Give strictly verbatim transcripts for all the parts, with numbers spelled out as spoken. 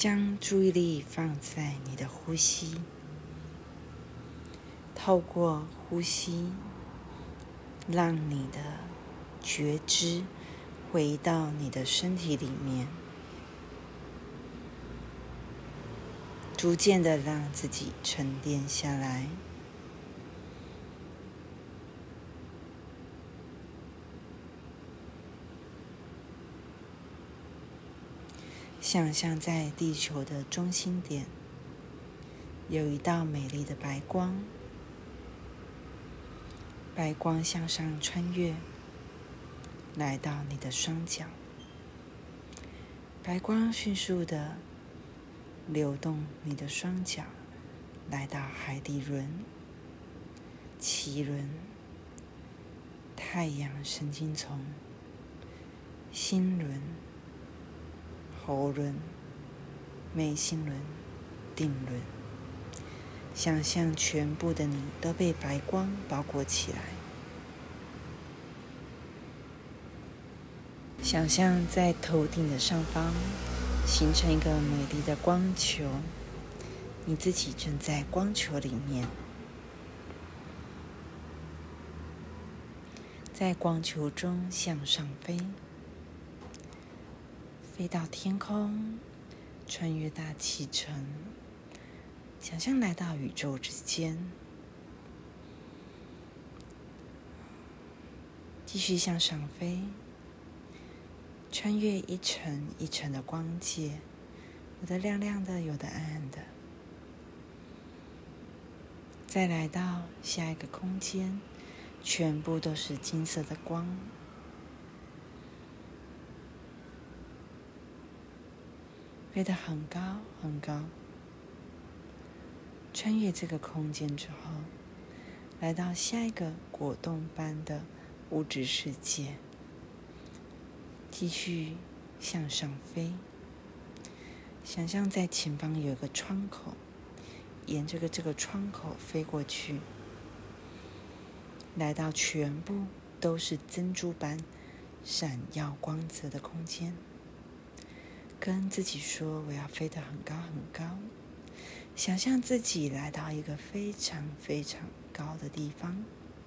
将注意力放在你的呼吸，透过呼吸，让你的觉知回到你的身体里面，逐渐的让自己沉淀下来。想象在地球的中心点，有一道美丽的白光，白光向上穿越，来到你的双脚。白光迅速的流动你的双脚，来到海底轮、脐轮、太阳神经丛、心轮、喉轮、眉心轮、顶轮。想象全部的你都被白光包裹起来。想象在头顶的上方形成一个美丽的光球，你自己正在光球里面，在光球中向上飞，飞到天空，穿越大气层，想象来到宇宙之间，继续向上飞，穿越一层一层的光界，有的亮亮的，有的暗暗的，再来到下一个空间，全部都是金色的光，飞得很高很高，穿越这个空间之后，来到下一个果冻般的物质世界，继续向上飞，想象在前方有一个窗口，沿着这个窗口飞过去，来到全部都是珍珠般闪耀光泽的空间，跟自己说我要飞得很高很高，想象自己来到一个非常非常高的地方，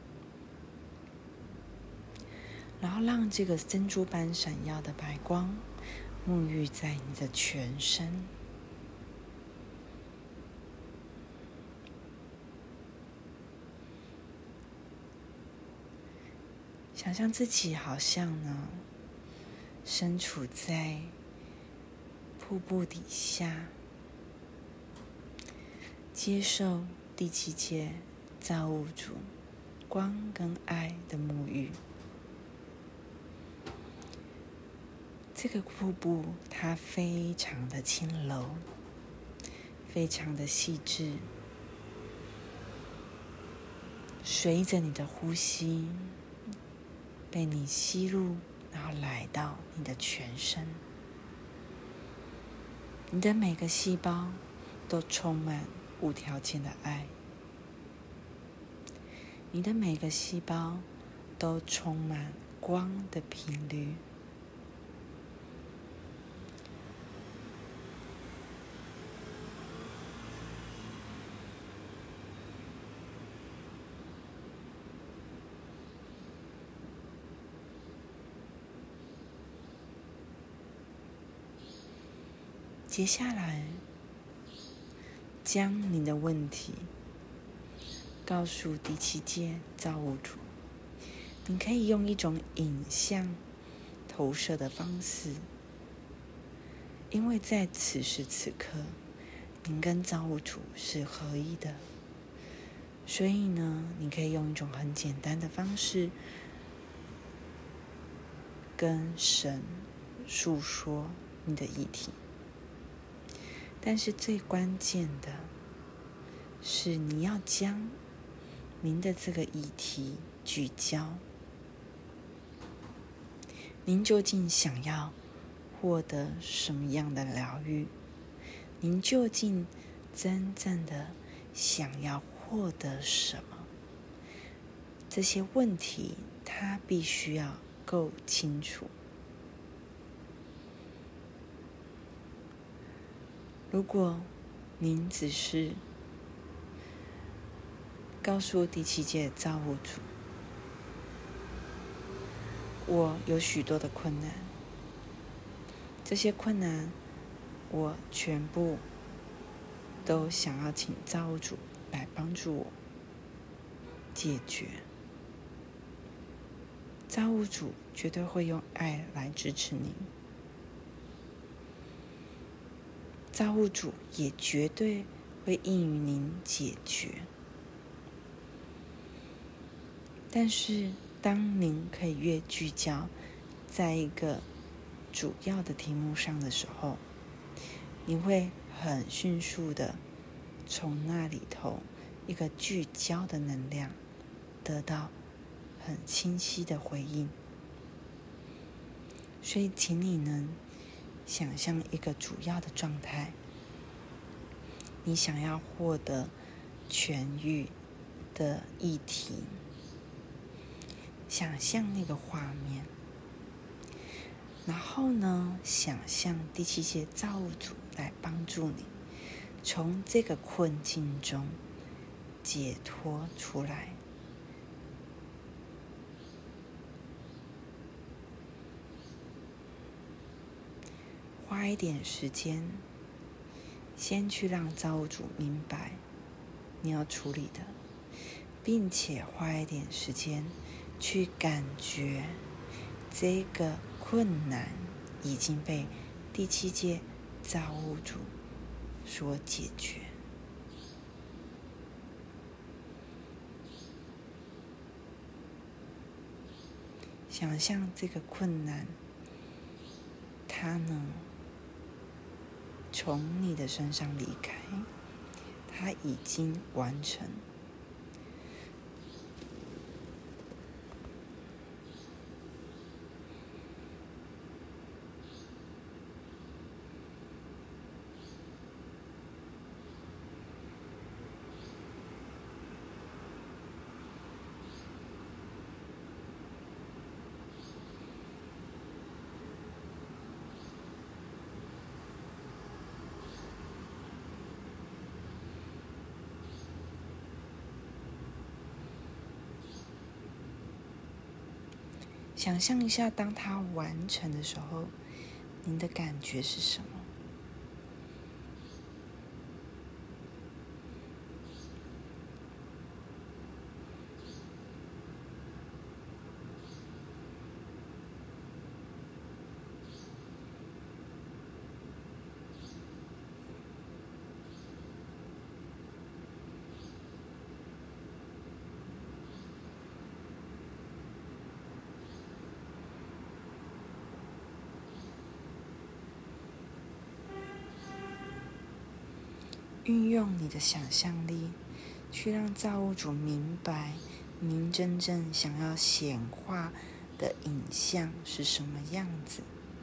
然后让这个珍珠般闪耀的白光沐浴在你的全身。想象自己好像呢，身处在瀑布底下，接受第七界造物主光跟爱的沐浴。这个瀑布它非常的轻柔，非常的细致，随着你的呼吸被你吸入，然后来到你的全身，你的每个细胞都充满无条件的爱，你的每个细胞都充满光的频率。接下来，将你的问题告诉第七界造物主。你可以用一种影像投射的方式，因为在此时此刻，您跟造物主是合一的，所以呢，你可以用一种很简单的方式跟神诉说你的议题。但是最关键的是，你要将您的这个议题聚焦。您究竟想要获得什么样的疗愈？您究竟真正的想要获得什么？这些问题，它必须要够清楚。 如果您只是告诉第七界造物主，我有许多的困难，这些困难我全部都想要请造物主来帮助我解决。造物主绝对会用爱来支持您，造物主也绝对会应于您解决。但是当您可以越聚焦在一个主要的题目上的时候，你会很迅速的从那里头一个聚焦的能量得到很清晰的回应。所以请你能想象一个主要的状态，你想要获得痊愈的议题，想象那个画面，然后呢，想象第七界造物主来帮助你从这个困境中解脱出来。花一点时间，先去让造物主明白你要处理的，并且花一点时间去感觉这个困难已经被第七界造物主所解决。想象这个困难，它呢从你的身上离开，它已经完成。想象一下，当它完成的时候，您的感觉是什么？运用你的想象力，去让造物主明白您真正想要显化的影像是什么样子。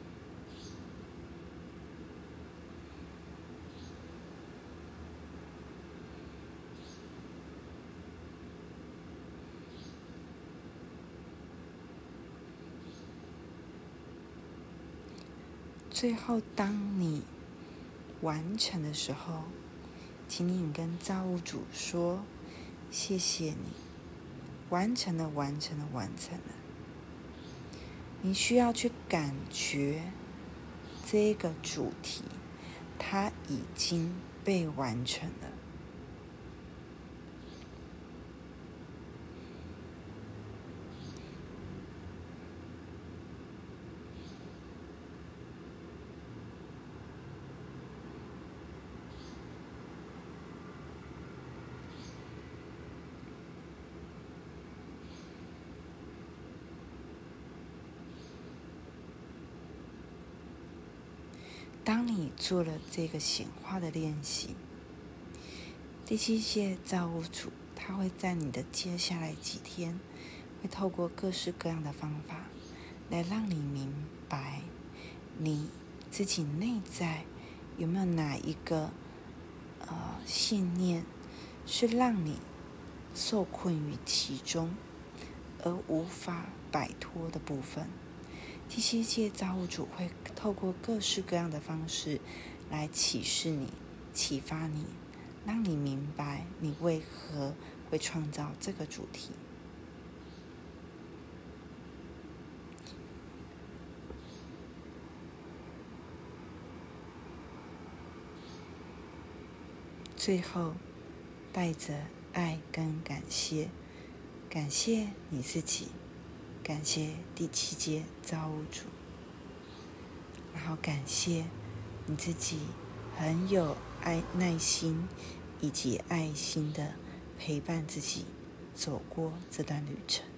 最后，当你完成的时候，请你跟造物主说：“谢谢你，完成了，完成了，完成了。”你需要去感觉这个主题，它已经被完成了。当你做了这个显化的练习，第七界造物主他会在你的接下来几天，会透过各式各样的方法，来让你明白你自己内在有没有哪一个呃信念是让你受困于其中而无法摆脱的部分。第七界造物主会透过各式各样的方式来启示你、启发你，让你明白你为何会创造这个主题。最后，带着爱跟感谢，感谢你自己，感谢第七阶造物主，然后感谢你自己很有爱、耐心以及爱心的陪伴自己走过这段旅程。